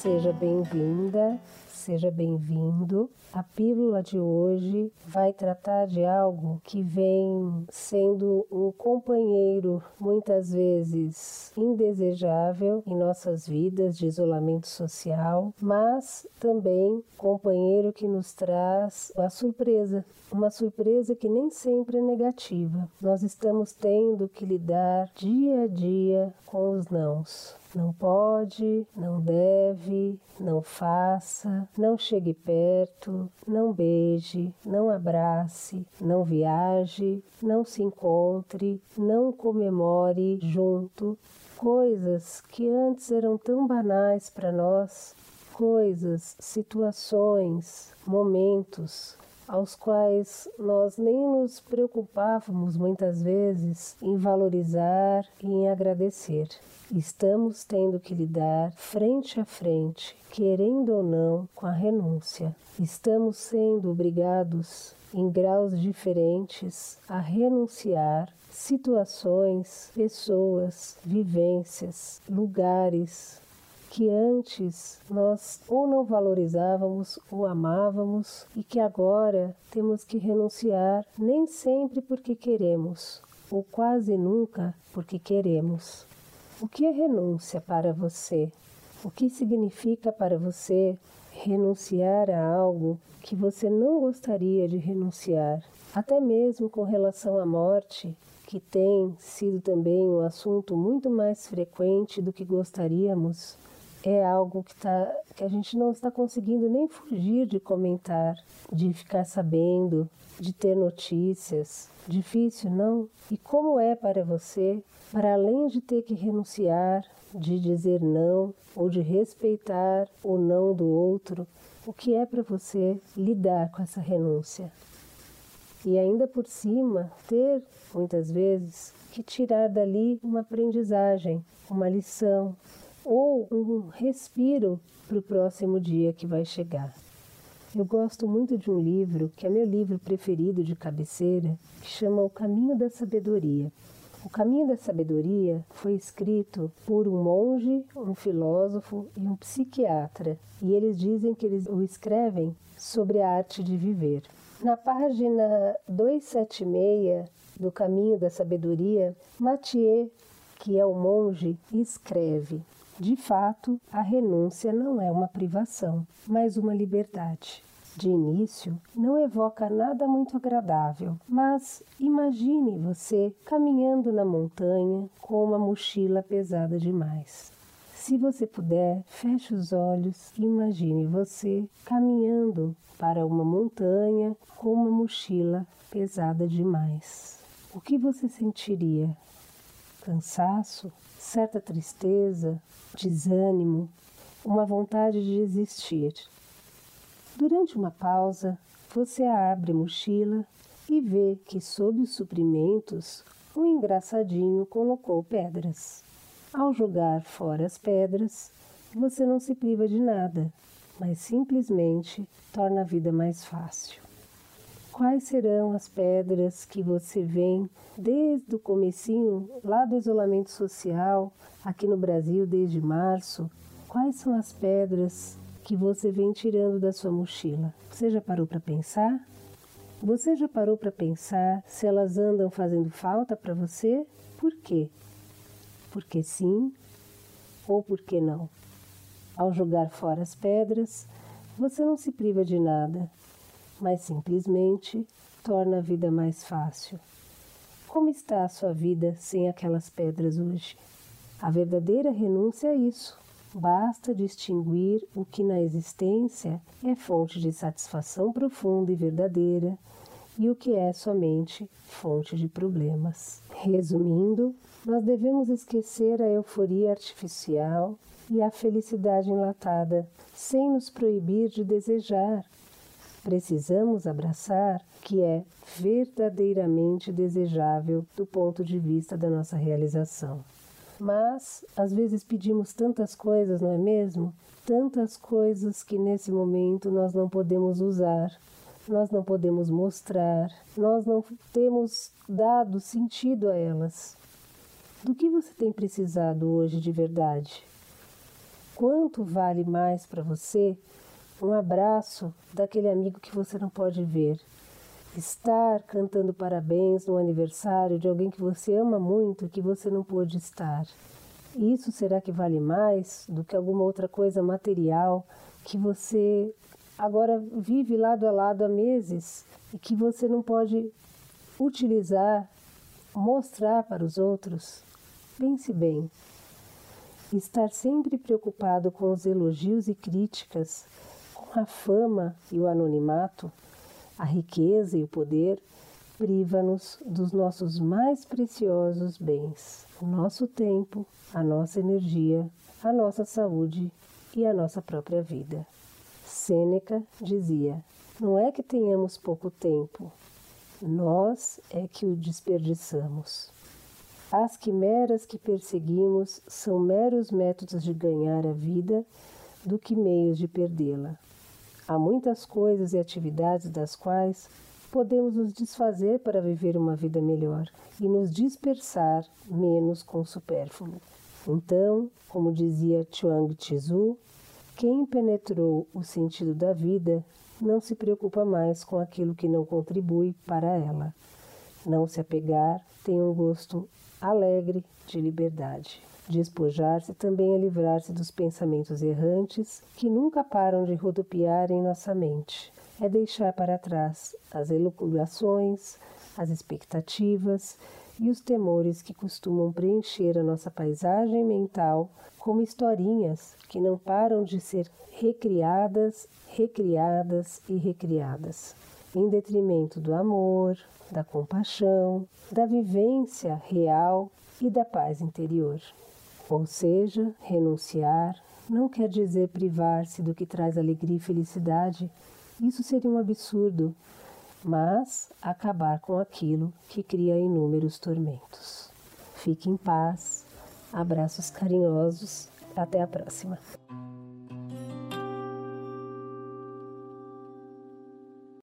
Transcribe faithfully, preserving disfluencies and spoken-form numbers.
Seja bem-vinda, seja bem-vindo. A pílula de hoje vai tratar de algo que vem sendo um companheiro, muitas vezes indesejável em nossas vidas de isolamento social, mas também companheiro que nos traz a surpresa, uma surpresa que nem sempre é negativa. Nós estamos tendo que lidar dia a dia com os nãos. Não pode, não deve, não faça, não chegue perto, não beije, não abrace, não viaje, não se encontre, não comemore junto. Coisas que antes eram tão banais para nós, coisas, situações, momentos aos quais nós nem nos preocupávamos muitas vezes em valorizar e em agradecer. Estamos tendo que lidar frente a frente, querendo ou não, com a renúncia. Estamos sendo obrigados, em graus diferentes, a renunciar situações, pessoas, vivências, lugares que antes nós ou não valorizávamos ou amávamos e que agora temos que renunciar, nem sempre porque queremos, ou quase nunca porque queremos. O que é renúncia para você? O que significa para você renunciar a algo que você não gostaria de renunciar? Até mesmo com relação à morte, que tem sido também um assunto muito mais frequente do que gostaríamos, é algo que, tá, que a gente não está conseguindo nem fugir de comentar, de ficar sabendo, de ter notícias. Difícil, não? E como é para você, para além de ter que renunciar, de dizer não, ou de respeitar o não do outro, o que é para você lidar com essa renúncia? E ainda por cima, ter, muitas vezes, que tirar dali uma aprendizagem, uma lição, ou um respiro para o próximo dia que vai chegar. Eu gosto muito de um livro, que é meu livro preferido de cabeceira, que chama O Caminho da Sabedoria. O Caminho da Sabedoria foi escrito por um monge, um filósofo e um psiquiatra, e eles dizem que eles o escrevem sobre a arte de viver. Na página duzentos e setenta e seis do Caminho da Sabedoria, Mathieu, que é o monge, escreve: de fato, a renúncia não é uma privação, mas uma liberdade. De início, não evoca nada muito agradável, mas imagine você caminhando na montanha com uma mochila pesada demais. Se você puder, feche os olhos e imagine você caminhando para uma montanha com uma mochila pesada demais. O que você sentiria? Cansaço? Certa tristeza, desânimo, uma vontade de desistir. Durante uma pausa, você abre a mochila e vê que sob os suprimentos, um engraçadinho colocou pedras. Ao jogar fora as pedras, você não se priva de nada, mas simplesmente torna a vida mais fácil. Quais serão as pedras que você vem desde o comecinho, lá do isolamento social, aqui no Brasil desde março? Quais são as pedras que você vem tirando da sua mochila? Você já parou para pensar? Você já parou para pensar se elas andam fazendo falta para você? Por quê? Porque sim ou porque não? Ao jogar fora as pedras, você não se priva de nada, mas simplesmente torna a vida mais fácil. Como está a sua vida sem aquelas pedras hoje? A verdadeira renúncia é isso. Basta distinguir o que na existência é fonte de satisfação profunda e verdadeira e o que é somente fonte de problemas. Resumindo, nós devemos esquecer a euforia artificial e a felicidade enlatada, sem nos proibir de desejar. Precisamos abraçar o que é verdadeiramente desejável do ponto de vista da nossa realização. Mas, às vezes pedimos tantas coisas, não é mesmo? Tantas coisas que nesse momento nós não podemos usar, nós não podemos mostrar, nós não temos dado sentido a elas. Do que você tem precisado hoje de verdade? Quanto vale mais para você um abraço daquele amigo que você não pode ver? Estar cantando parabéns no aniversário de alguém que você ama muito e que você não pôde estar. Isso será que vale mais do que alguma outra coisa material que você agora vive lado a lado há meses e que você não pode utilizar, mostrar para os outros? Pense bem. Estar sempre preocupado com os elogios e críticas, com a fama e o anonimato, a riqueza e o poder, priva-nos dos nossos mais preciosos bens, o nosso tempo, a nossa energia, a nossa saúde e a nossa própria vida. Sêneca dizia: não é que tenhamos pouco tempo, nós é que o desperdiçamos. As quimeras que perseguimos são meros métodos de ganhar a vida do que meios de perdê-la. Há muitas coisas e atividades das quais podemos nos desfazer para viver uma vida melhor e nos dispersar menos com o supérfluo. Então, como dizia Chuang Tzu, quem penetrou o sentido da vida não se preocupa mais com aquilo que não contribui para ela. Não se apegar tem um gosto alegre de liberdade. Despojar-se também é livrar-se dos pensamentos errantes que nunca param de rodopiar em nossa mente. É deixar para trás as elucubrações, as expectativas e os temores que costumam preencher a nossa paisagem mental como historinhas que não param de ser recriadas, recriadas e recriadas, em detrimento do amor, da compaixão, da vivência real e da paz interior. Ou seja, renunciar não quer dizer privar-se do que traz alegria e felicidade. Isso seria um absurdo, mas acabar com aquilo que cria inúmeros tormentos. Fique em paz, abraços carinhosos, até a próxima.